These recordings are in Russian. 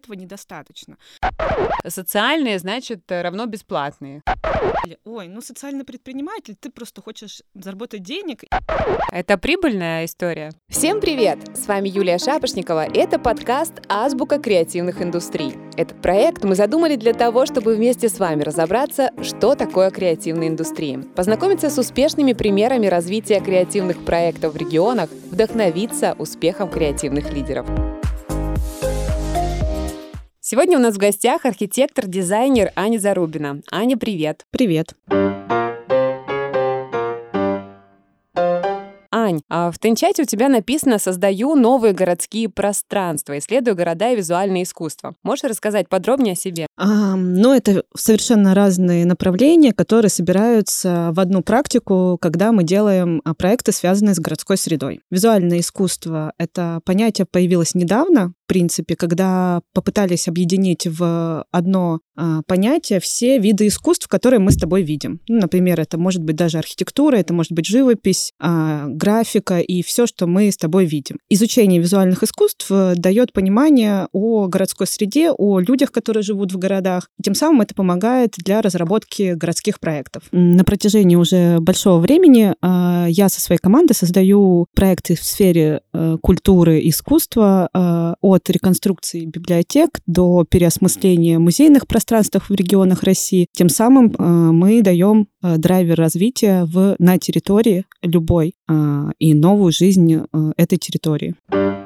этого недостаточно. Социальные, значит, равно бесплатные. Ой, социальный предприниматель, ты просто хочешь заработать денег. Это прибыльная история. Всем привет! С вами Юлия Шапошникова. Это подкаст «Азбука креативных индустрий». Этот проект мы задумали для того, чтобы вместе с вами разобраться, что такое креативные индустрии, познакомиться с успешными примерами развития креативных проектов в регионах, вдохновиться успехом креативных лидеров. Сегодня у нас в гостях архитектор-дизайнер Аня Зарубина. Аня, привет! Привет! Ань, в Тенчате у тебя написано «Создаю новые городские пространства, исследую города и визуальное искусство». Можешь рассказать подробнее о себе? Это совершенно разные направления, которые собираются в одну практику, когда мы делаем проекты, связанные с городской средой. Визуальное искусство — это понятие появилось недавно, в принципе, когда попытались объединить в одно понятие все виды искусств, которые мы с тобой видим. Например, это может быть даже архитектура, это может быть живопись, графика и все, что мы с тобой видим. Изучение визуальных искусств дает понимание о городской среде, о людях, которые живут в городах. И тем самым это помогает для разработки городских проектов. На протяжении уже большого времени я со своей командой создаю проекты в сфере культуры и искусства, от реконструкции библиотек до переосмысления музейных пространств в регионах России. Тем самым мы даем драйвер развития на территории любой и новую жизнь этой территории.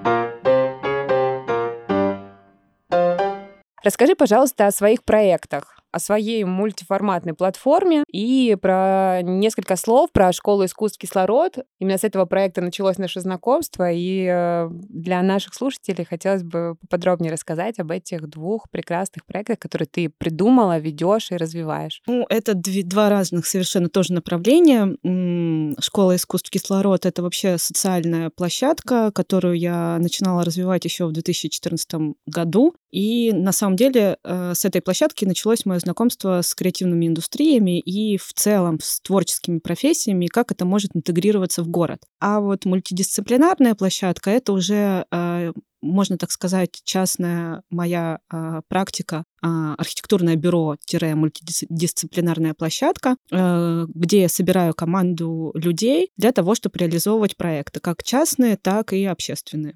Расскажи, пожалуйста, о своих проектах, о своей мультиформатной платформе и про несколько слов про школу искусств «Кислород». Именно с этого проекта началось наше знакомство, и для наших слушателей хотелось бы поподробнее рассказать об этих двух прекрасных проектах, которые ты придумала, ведешь и развиваешь. Это два разных совершенно тоже направления. Школа искусств «Кислород» — это вообще социальная площадка, которую я начинала развивать еще в 2014 году. И на самом деле с этой площадки началось мое знакомство с креативными индустриями и в целом с творческими профессиями, и как это может интегрироваться в город. А вот мультидисциплинарная площадка — это уже, можно так сказать, частная моя практика, архитектурное бюро-мультидисциплинарная площадка, где я собираю команду людей для того, чтобы реализовывать проекты, как частные, так и общественные.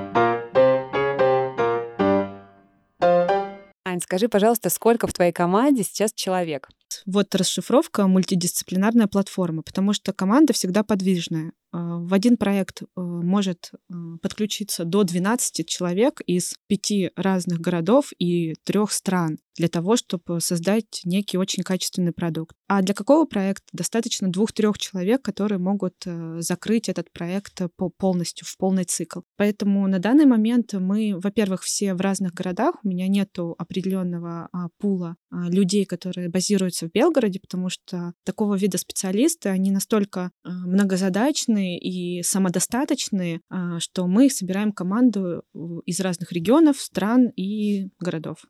Ань, скажи, пожалуйста, сколько в твоей команде сейчас человек? Вот расшифровка мультидисциплинарная платформа, потому что команда всегда подвижная. В один проект может подключиться до 12 человек из 5 разных городов и 3 стран для того, чтобы создать некий очень качественный продукт. А для какого проекта достаточно 2-3 человек, которые могут закрыть этот проект полностью, в полный цикл. Поэтому на данный момент мы, во-первых, все в разных городах. У меня нету определенного пула людей, которые базируются в Белгороде, потому что такого вида специалисты, они настолько многозадачные и самодостаточные, что мы собираем команду из разных регионов, стран и городов.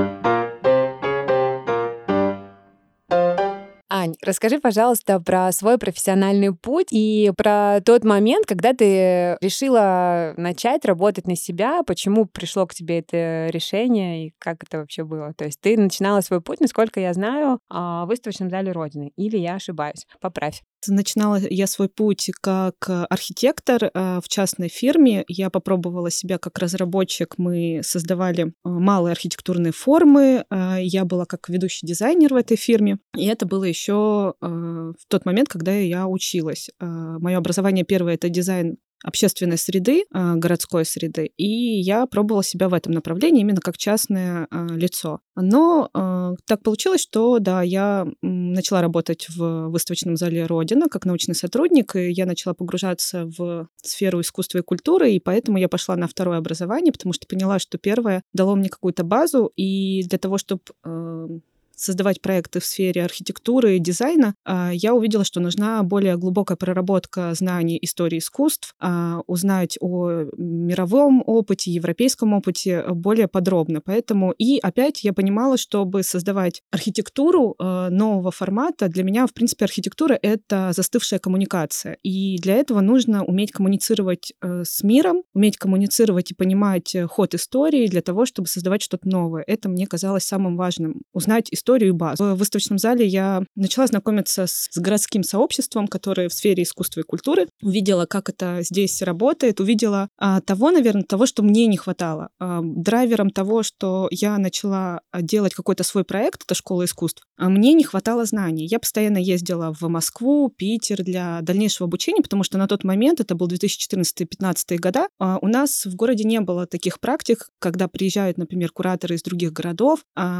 Ань, расскажи, пожалуйста, про свой профессиональный путь и про тот момент, когда ты решила начать работать на себя, почему пришло к тебе это решение и как это вообще было. То есть ты начинала свой путь, насколько я знаю, в выставочном зале Родины. Или я ошибаюсь? Поправь. Начинала я свой путь как архитектор в частной фирме. Я попробовала себя как разработчик. Мы создавали малые архитектурные формы. Я была как ведущий дизайнер в этой фирме. И это было еще в тот момент, когда я училась. Мое образование первое — это дизайн общественной среды, городской среды, и я пробовала себя в этом направлении именно как частное лицо. Но так получилось, что да, я начала работать в выставочном зале «Родина» как научный сотрудник, и я начала погружаться в сферу искусства и культуры, и поэтому я пошла на второе образование, потому что поняла, что первое дало мне какую-то базу, и для того, чтобы создавать проекты в сфере архитектуры и дизайна, я увидела, что нужна более глубокая проработка знаний истории искусств, узнать о мировом опыте, европейском опыте более подробно. Поэтому и опять я понимала, чтобы создавать архитектуру нового формата, для меня, в принципе, архитектура — это застывшая коммуникация. И для этого нужно уметь коммуницировать с миром, уметь коммуницировать и понимать ход истории для того, чтобы создавать что-то новое. Это мне казалось самым важным — узнать историю и базу. В выставочном зале я начала знакомиться с городским сообществом, которое в сфере искусства и культуры. Увидела, как это здесь работает, увидела того, что мне не хватало. Драйвером того, что я начала делать какой-то свой проект, это школа искусств, мне не хватало знаний. Я постоянно ездила в Москву, Питер для дальнейшего обучения, потому что на тот момент, это был 2014-2015 года, у нас в городе не было таких практик, когда приезжают, например, кураторы из других городов,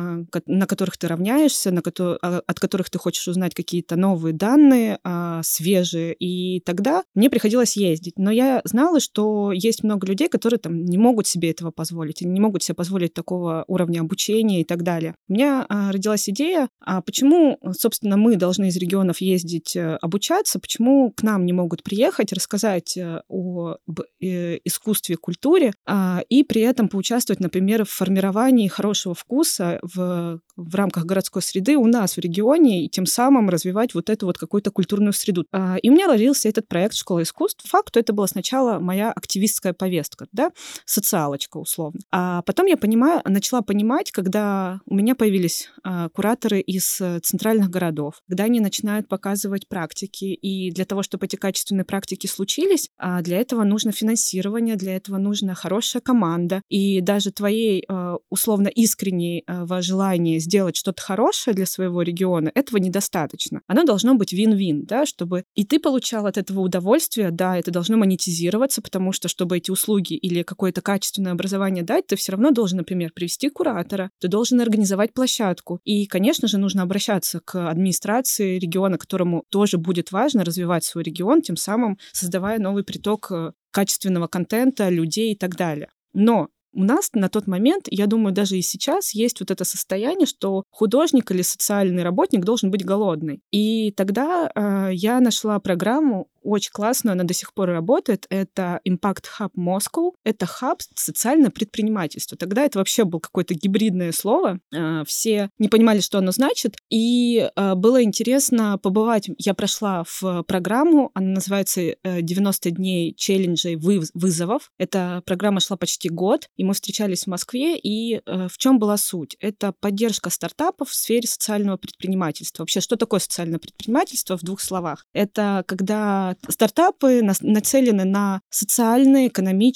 на которых ты равняешься, от которых ты хочешь узнать какие-то новые данные, свежие. И тогда мне приходилось ездить. Но я знала, что есть много людей, которые там не могут себе этого позволить, не могут себе позволить такого уровня обучения и так далее. У меня родилась идея, почему, собственно, мы должны из регионов ездить обучаться, почему к нам не могут приехать, рассказать об искусстве, культуре, и при этом поучаствовать, например, в формировании хорошего вкуса в рамках городской среды у нас в регионе, и тем самым развивать вот эту вот какую-то культурную среду. И у меня родился этот проект «Школа искусств». По факту это была сначала моя активистская повестка, да, социалочка условно. А потом я начала понимать, когда у меня появились кураторы из центральных городов, когда они начинают показывать практики, и для того, чтобы эти качественные практики случились, для этого нужно финансирование, для этого нужна хорошая команда, и даже твоей условно искреннего желания сделать что-то хорошее для своего региона, этого недостаточно. Оно должно быть win-win, да, чтобы и ты получал от этого удовольствие, да, это должно монетизироваться, потому что, чтобы эти услуги или какое-то качественное образование дать, ты все равно должен, например, привести куратора, ты должен организовать площадку. И, конечно же, нужно обращаться к администрации региона, которому тоже будет важно развивать свой регион, тем самым создавая новый приток качественного контента, людей и так далее. Но у нас на тот момент, я думаю, даже и сейчас есть вот это состояние, что художник или социальный работник должен быть голодный. И тогда я нашла программу очень классную, она до сих пор работает. Это Impact Hub Moscow. Это хаб социальное предпринимательство. Тогда это вообще было какое-то гибридное слово. Все не понимали, что оно значит. И было интересно побывать. Я прошла в программу, она называется «90 дней челленджей вызовов». Эта программа шла почти год, и мы встречались в Москве. И в чем была суть? Это поддержка стартапов в сфере социального предпринимательства. Вообще, что такое социальное предпринимательство в двух словах? Это когда стартапы нацелены на социальные,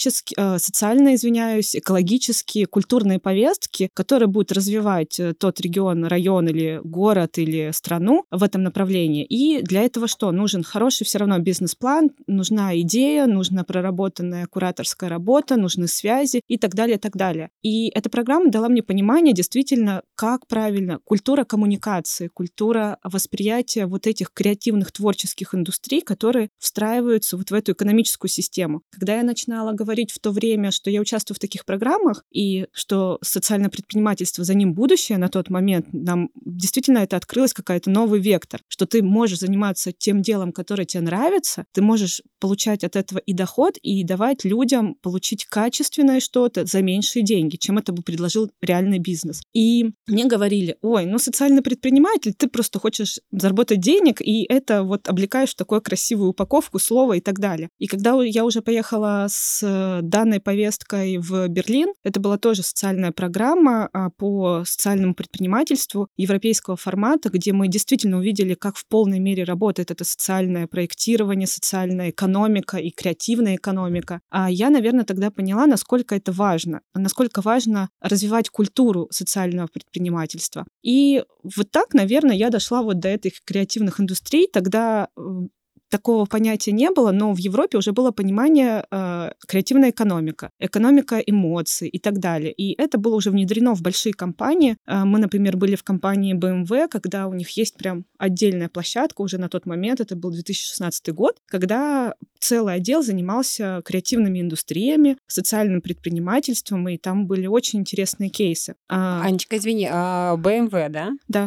экологические, культурные повестки, которые будут развивать тот регион, район или город или страну в этом направлении. И для этого что? Нужен хороший все равно бизнес-план, нужна идея, нужна проработанная кураторская работа, нужны связи и так далее, и так далее. И эта программа дала мне понимание действительно, как правильно культура коммуникации, культура восприятия вот этих креативных творческих индустрий, которые встраиваются вот в эту экономическую систему. Когда я начинала говорить в то время, что я участвую в таких программах, и что социальное предпринимательство, за ним будущее на тот момент, нам действительно это открылось какой-то новый вектор, что ты можешь заниматься тем делом, которое тебе нравится, ты можешь получать от этого и доход, и давать людям получить качественное что-то за меньшие деньги, чем это бы предложил реальный бизнес. И мне говорили: ой, социальный предприниматель, ты просто хочешь заработать денег, и это вот облекаешь в такую красивую упаковку слова и так далее. И когда я уже поехала с данной повесткой в Берлин, это была тоже социальная программа по социальному предпринимательству европейского формата, где мы действительно увидели, как в полной мере работает это социальное проектирование, социальная экономика и креативная экономика. А я, наверное, тогда поняла, насколько это важно, насколько важно развивать культуру социального предпринимательства. И вот так, наверное, я дошла вот до этих креативных индустрий. Тогда такого понятия не было, но в Европе уже было понимание креативная экономика, экономика эмоций и так далее. И это было уже внедрено в большие компании. Мы, например, были в компании BMW, когда у них есть прям отдельная площадка уже на тот момент, это был 2016 год, когда целый отдел занимался креативными индустриями, социальным предпринимательством, и там были очень интересные кейсы. Анечка, извини, BMW, да? Да.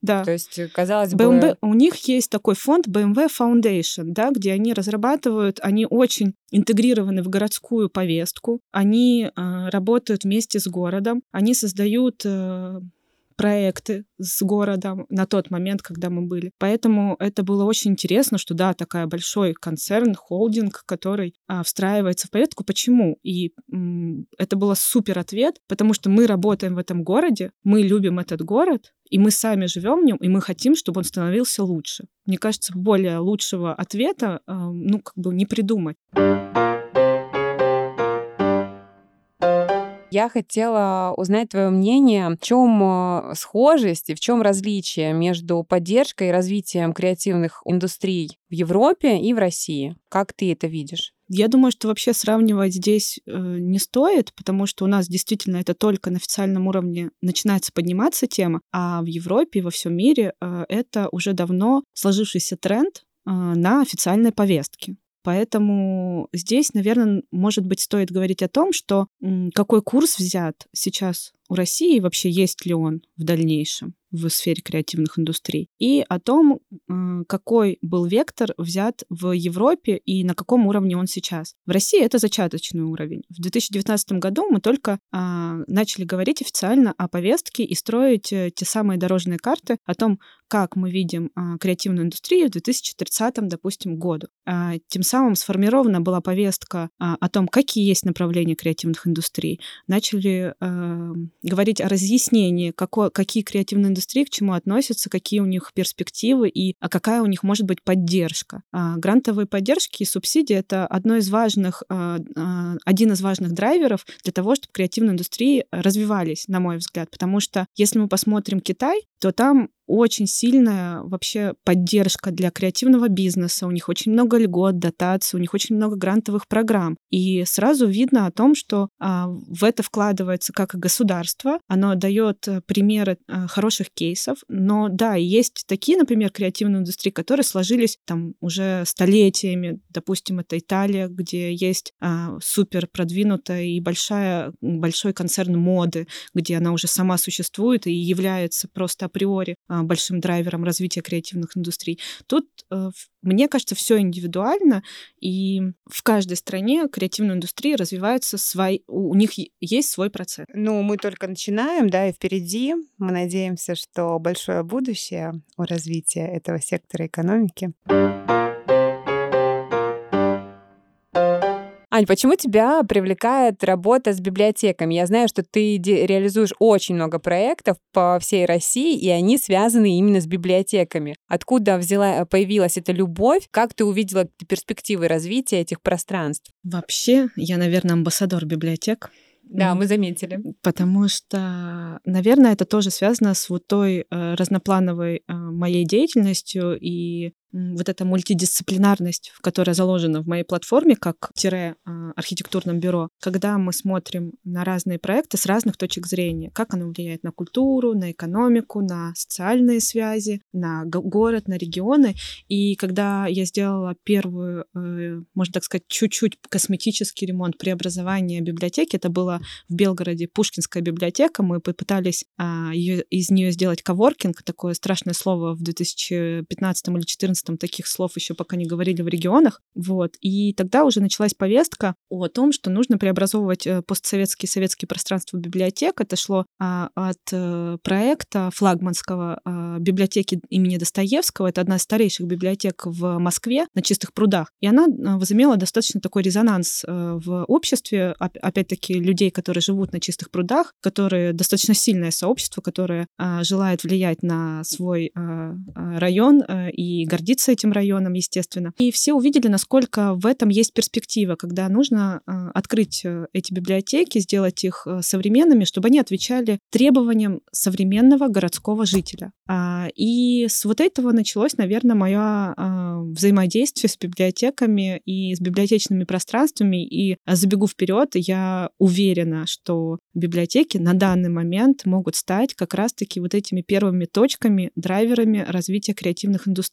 Да. То есть, казалось BMW, бы... у них есть такой фонд BMW Foundation, да, где они разрабатывают, они очень интегрированы в городскую повестку, они работают вместе с городом, они создают проекты с городом на тот момент, когда мы были. Поэтому это было очень интересно, что да, такой большой концерн, холдинг, который встраивается в повестку. Почему? И это был супер ответ, потому что мы работаем в этом городе, мы любим этот город, и мы сами живем в нем, и мы хотим, чтобы он становился лучше. Мне кажется, более лучшего ответа, не придумать. Я хотела узнать твое мнение, в чем схожесть и в чем различие между поддержкой и развитием креативных индустрий в Европе и в России. Как ты это видишь? Я думаю, что вообще сравнивать здесь не стоит, потому что у нас действительно это только на официальном уровне начинается подниматься тема, а в Европе и во всем мире это уже давно сложившийся тренд на официальной повестке. Поэтому здесь, наверное, может быть, стоит говорить о том, что какой курс взят сейчас у России, вообще есть ли он в дальнейшем в сфере креативных индустрий, и о том, какой был вектор взят в Европе и на каком уровне он сейчас. В России это зачаточный уровень. В 2019 году мы только начали говорить официально о повестке и строить те самые дорожные карты о том, как мы видим креативную индустрию в 2030, допустим, году. Тем самым сформирована была повестка о том, какие есть направления креативных индустрий. Начали говорить о разъяснении, какие креативные индустрии к чему относятся, какие у них перспективы и какая у них может быть поддержка. Грантовые поддержки и субсидии — это один из важных драйверов для того, чтобы креативные индустрии развивались, на мой взгляд. Потому что если мы посмотрим Китай, то там очень сильная вообще поддержка для креативного бизнеса. У них очень много льгот, дотаций, у них очень много грантовых программ. И сразу видно о том, что в это вкладывается как и государство. Оно дает примеры хороших кейсов. Но да, есть такие, например, креативные индустрии, которые сложились там уже столетиями. Допустим, это Италия, где есть супер продвинутая и большой концерн моды, где она уже сама существует и является просто априори большим драйвером развития креативных индустрий. Тут, мне кажется, все индивидуально, и в каждой стране креативная индустрия развивается у них есть свой процесс. Мы только начинаем, да, и впереди. Мы надеемся, что большое будущее у развития этого сектора экономики. Ань, почему тебя привлекает работа с библиотеками? Я знаю, что ты реализуешь очень много проектов по всей России, и они связаны именно с библиотеками. Откуда появилась эта любовь? Как ты увидела перспективы развития этих пространств? Вообще, я, наверное, амбассадор библиотек. Да, мы заметили. Потому что, наверное, это тоже связано с вот той разноплановой моей деятельностью и вот эта мультидисциплинарность, которая заложена в моей платформе как архитектурном бюро, когда мы смотрим на разные проекты с разных точек зрения, как оно влияет на культуру, на экономику, на социальные связи, на город, на регионы. И когда я сделала первую, можно так сказать, чуть-чуть косметический ремонт, преобразование библиотеки, это было в Белгороде Пушкинская библиотека, мы попытались из нее сделать коворкинг, такое страшное слово в 2015 или 2014 таких слов еще пока не говорили в регионах. Вот. И тогда уже началась повестка о том, что нужно преобразовывать постсоветские и советские пространства библиотек. Это шло от проекта флагманского библиотеки имени Достоевского. Это одна из старейших библиотек в Москве на Чистых прудах. И она возымела достаточно такой резонанс в обществе, опять-таки, людей, которые живут на Чистых прудах, которые достаточно сильное сообщество, которое желает влиять на свой район и гордиться этим районом, естественно. И все увидели, насколько в этом есть перспектива, когда нужно открыть эти библиотеки, сделать их современными, чтобы они отвечали требованиям современного городского жителя. И с вот этого началось, наверное, мое взаимодействие с библиотеками и с библиотечными пространствами. И забегу вперед, я уверена, что библиотеки на данный момент могут стать как раз-таки вот этими первыми точками, драйверами развития креативных индустрий.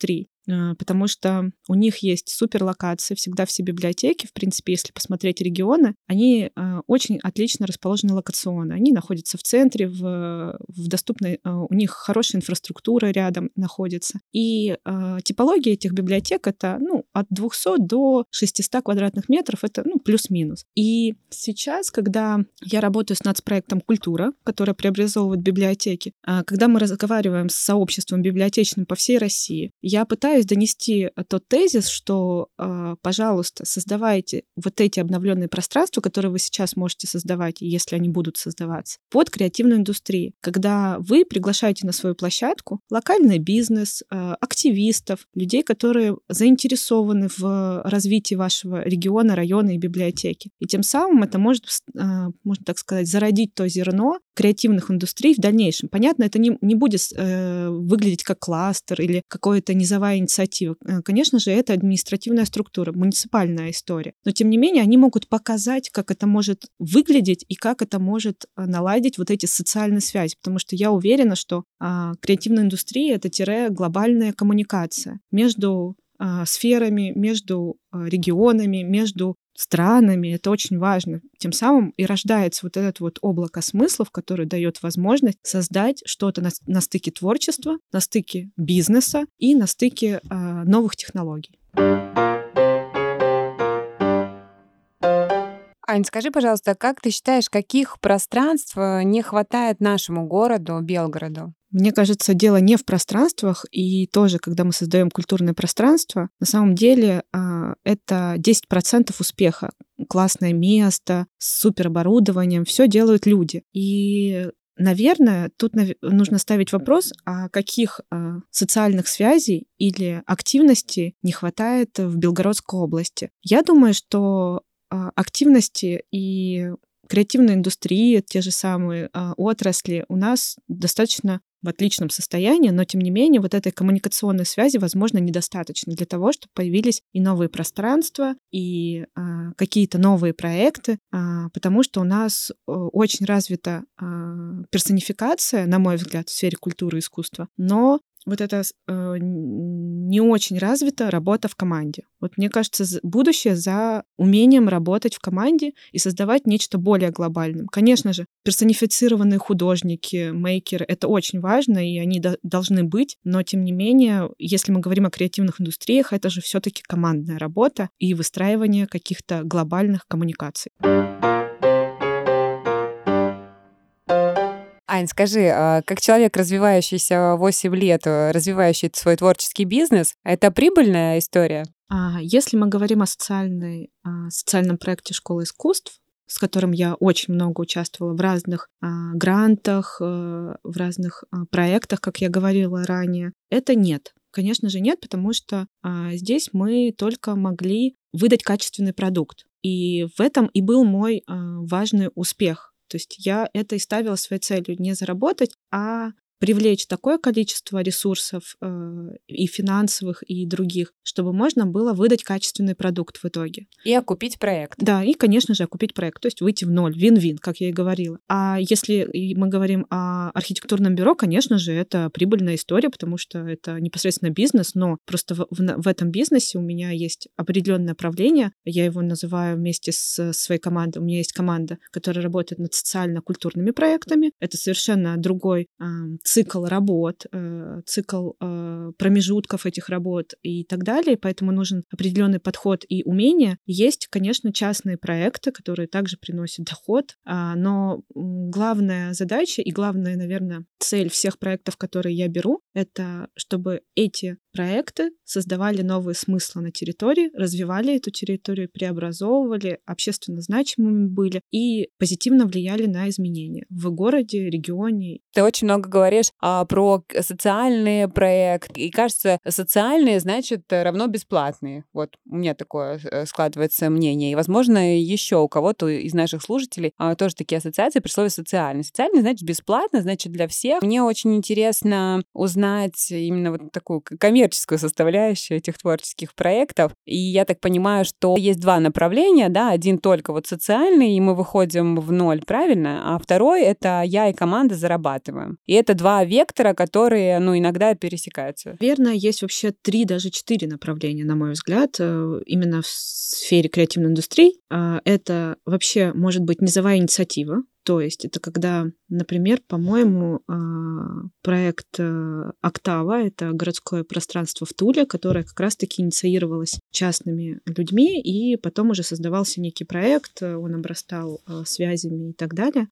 потому что у них есть суперлокации всегда все библиотеки. В принципе, если посмотреть регионы, они очень отлично расположены локационно. Они находятся в центре, в доступной, у них хорошая инфраструктура рядом находится. И типология этих библиотек — это от 200 до 600 квадратных метров, это плюс-минус. И сейчас, когда я работаю с нацпроектом «Культура», который преобразовывает библиотеки, когда мы разговариваем с сообществом библиотечным по всей России, я пытаюсь донести тот тезис, что, пожалуйста, создавайте вот эти обновленные пространства, которые вы сейчас можете создавать, если они будут создаваться, под креативную индустрию. Когда вы приглашаете на свою площадку локальный бизнес, активистов, людей, которые заинтересованы в развитии вашего региона, района и библиотеки. И тем самым это может, можно так сказать, зародить то зерно креативных индустрий в дальнейшем. Понятно, это не будет выглядеть как кластер или какая-то низовая инициатива. Конечно же, это административная структура, муниципальная история. Но, тем не менее, они могут показать, как это может выглядеть и как это может наладить вот эти социальные связи. Потому что я уверена, что креативная индустрия — это глобальная коммуникация между сферами, между регионами, между странами. Это очень важно. Тем самым и рождается вот этот вот облако смыслов, который дает возможность создать что-то на стыке творчества, на стыке бизнеса и на стыке новых технологий. Ань, скажи, пожалуйста, как ты считаешь, каких пространств не хватает нашему городу, Белгороду? Мне кажется, дело не в пространствах, и тоже, когда мы создаем культурное пространство, на самом деле это 10% успеха. Классное место, с супероборудованием, все делают люди. И наверное, тут нужно ставить вопрос, а каких социальных связей или активностей не хватает в Белгородской области. Я думаю, что активности и креативной индустрии, те же самые отрасли у нас достаточно в отличном состоянии, но, тем не менее, вот этой коммуникационной связи, возможно, недостаточно для того, чтобы появились и новые пространства, и какие-то новые проекты, потому что у нас очень развита персонификация, на мой взгляд, в сфере культуры и искусства, но вот это не очень развита работа в команде. Вот мне кажется, будущее за умением работать в команде и создавать нечто более глобальное. Конечно же, персонифицированные художники, мейкеры — это очень важно, и они должны быть, но тем не менее, если мы говорим о креативных индустриях, это же все-таки командная работа и выстраивание каких-то глобальных коммуникаций. Ань, скажи, как человек, развивающийся 8 лет, развивающий свой творческий бизнес, это прибыльная история? Если мы говорим о социальном проекте «Школа искусств», с которым я очень много участвовала в разных грантах, в разных проектах, как я говорила ранее, это нет. Конечно же, нет, потому что здесь мы только могли выдать качественный продукт. И в этом и был мой важный успех. То есть я это и ставила своей целью не заработать, а привлечь такое количество ресурсов и финансовых, и других, чтобы можно было выдать качественный продукт в итоге. И окупить проект. Да, и, конечно же, окупить проект, то есть выйти в ноль, вин-вин, как я и говорила. А если мы говорим о архитектурном бюро, конечно же, это прибыльная история, потому что это непосредственно бизнес, но просто в этом бизнесе у меня есть определенное направление, я его называю вместе с своей командой, у меня есть команда, которая работает над социально-культурными проектами, это совершенно другой цикл работ, цикл промежутков этих работ и так далее, поэтому нужен определенный подход и умение. Есть, конечно, частные проекты, которые также приносят доход, но главная задача и главная, наверное, цель всех проектов, которые я беру, это чтобы эти проекты создавали новые смыслы на территории, развивали эту территорию, преобразовывали, общественно значимыми были и позитивно влияли на изменения в городе, регионе. Ты очень много говоришь про социальные проекты. И кажется, социальные значит равно бесплатные. Вот у меня такое складывается мнение. И, возможно, еще у кого-то из наших слушателей тоже такие ассоциации при слове социальный. Социальный значит бесплатно, значит для всех. Мне очень интересно узнать, знать именно вот такую коммерческую составляющую этих творческих проектов. И я так понимаю, что есть два направления, да, один только вот социальный, и мы выходим в ноль, правильно? А второй — это я и команда зарабатываем. И это два вектора, которые, иногда пересекаются. Верно, есть вообще 3, даже 4 направления, на мой взгляд, именно в сфере креативной индустрии. Это вообще может быть низовая инициатива. То есть это когда, например, по-моему, проект «Октава» — это городское пространство в Туле, которое как раз-таки инициировалось частными людьми, и потом уже создавался некий проект, он обрастал связями и так далее.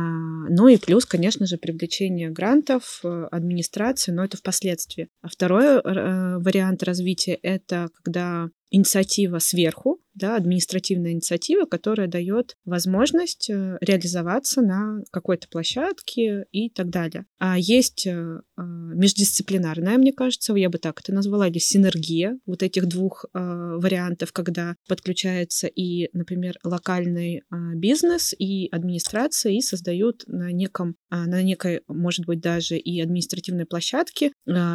Ну и плюс, конечно же, привлечение грантов, администрации, но это впоследствии. А второй вариант развития — это когда инициатива сверху, да, административная инициатива, которая дает возможность реализоваться на какой-то площадке и так далее. А есть междисциплинарная, мне кажется, я бы так это назвала, или синергия вот этих двух вариантов, когда подключается и, например, локальный бизнес, и администрация, и создают на некой, может быть, даже и административной площадке.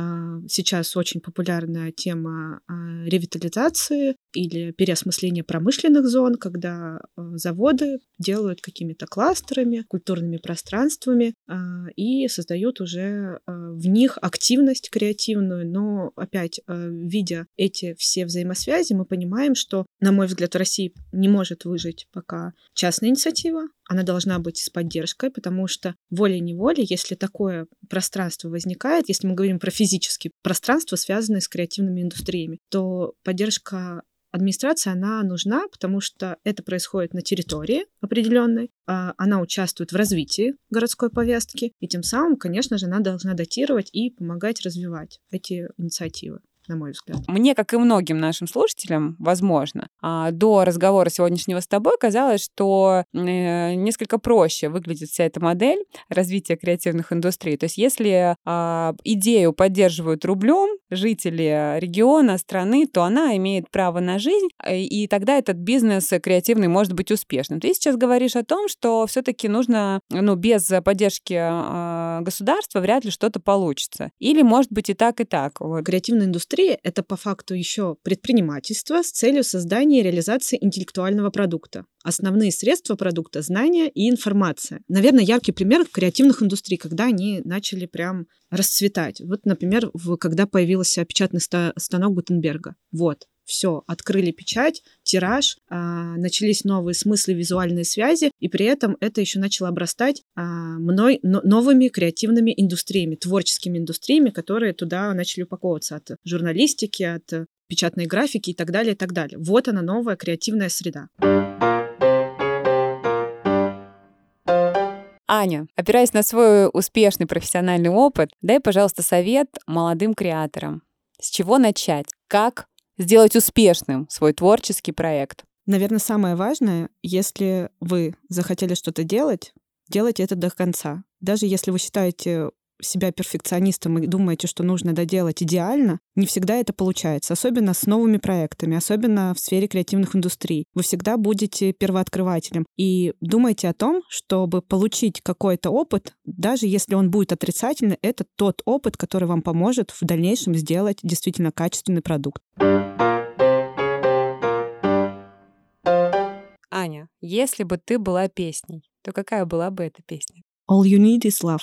Сейчас очень популярная тема ревитализации или переосмысления промышленных зон, когда заводы делают какими-то кластерами, культурными пространствами и создают уже в них активность креативную. Но опять, видя эти все взаимосвязи, мы понимаем, что, на мой взгляд, в России не может выжить пока частная инициатива. Она должна быть с поддержкой, потому что волей-неволей, если такое пространство возникает, если мы говорим про физические пространства, связанные с креативными индустриями, то поддержка администрации, она нужна, потому что это происходит на территории определенной, она участвует в развитии городской повестки, и тем самым, конечно же, она должна датировать и помогать развивать эти инициативы, на мой взгляд. Мне, как и многим нашим слушателям, возможно, до разговора сегодняшнего с тобой казалось, что несколько проще выглядит вся эта модель развития креативных индустрий. То есть если идею поддерживают рублем жители региона, страны, то она имеет право на жизнь, и тогда этот бизнес креативный может быть успешным. Ты сейчас говоришь о том, что все-таки нужно, без поддержки государства вряд ли что-то получится. Или, может быть, и так, и так. Вот. Креативная индустрия — это по факту еще предпринимательство с целью создания и реализации интеллектуального продукта. Основные средства продукта — знания и информация. Наверное, яркий пример креативных индустрий, когда они начали прям расцветать. Вот, например, когда появился печатный станок Гутенберга. Вот. Все, открыли печать, тираж, начались новые смыслы, визуальные связи, и при этом это еще начало обрастать новыми креативными индустриями, творческими индустриями, которые туда начали упаковываться от журналистики, от печатной графики и так далее, и так далее. Вот она, новая креативная среда. Аня, опираясь на свой успешный профессиональный опыт, дай, пожалуйста, совет молодым креаторам. С чего начать? Как сделать успешным свой творческий проект? Наверное, самое важное, если вы захотели что-то делать, делайте это до конца. Даже если вы считаете себя перфекционистом и думаете, что нужно доделать идеально, не всегда это получается, особенно с новыми проектами, особенно в сфере креативных индустрий. Вы всегда будете первооткрывателем. И думайте о том, чтобы получить какой-то опыт, даже если он будет отрицательный, это тот опыт, который вам поможет в дальнейшем сделать действительно качественный продукт. Аня, если бы ты была песней, то какая была бы эта песня? All you need is love.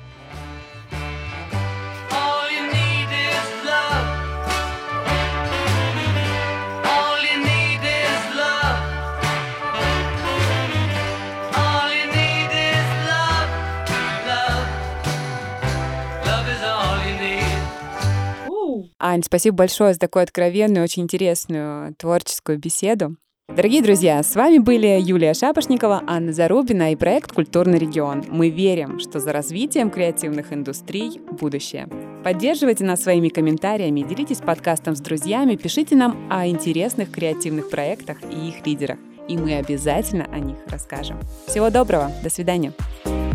Ань, спасибо большое за такую откровенную, очень интересную творческую беседу. Дорогие друзья, с вами были Юлия Шапошникова, Анна Зарубина и проект «Культурный регион». Мы верим, что за развитием креативных индустрий будущее. Поддерживайте нас своими комментариями, делитесь подкастом с друзьями, пишите нам о интересных креативных проектах и их лидерах. И мы обязательно о них расскажем. Всего доброго, до свидания.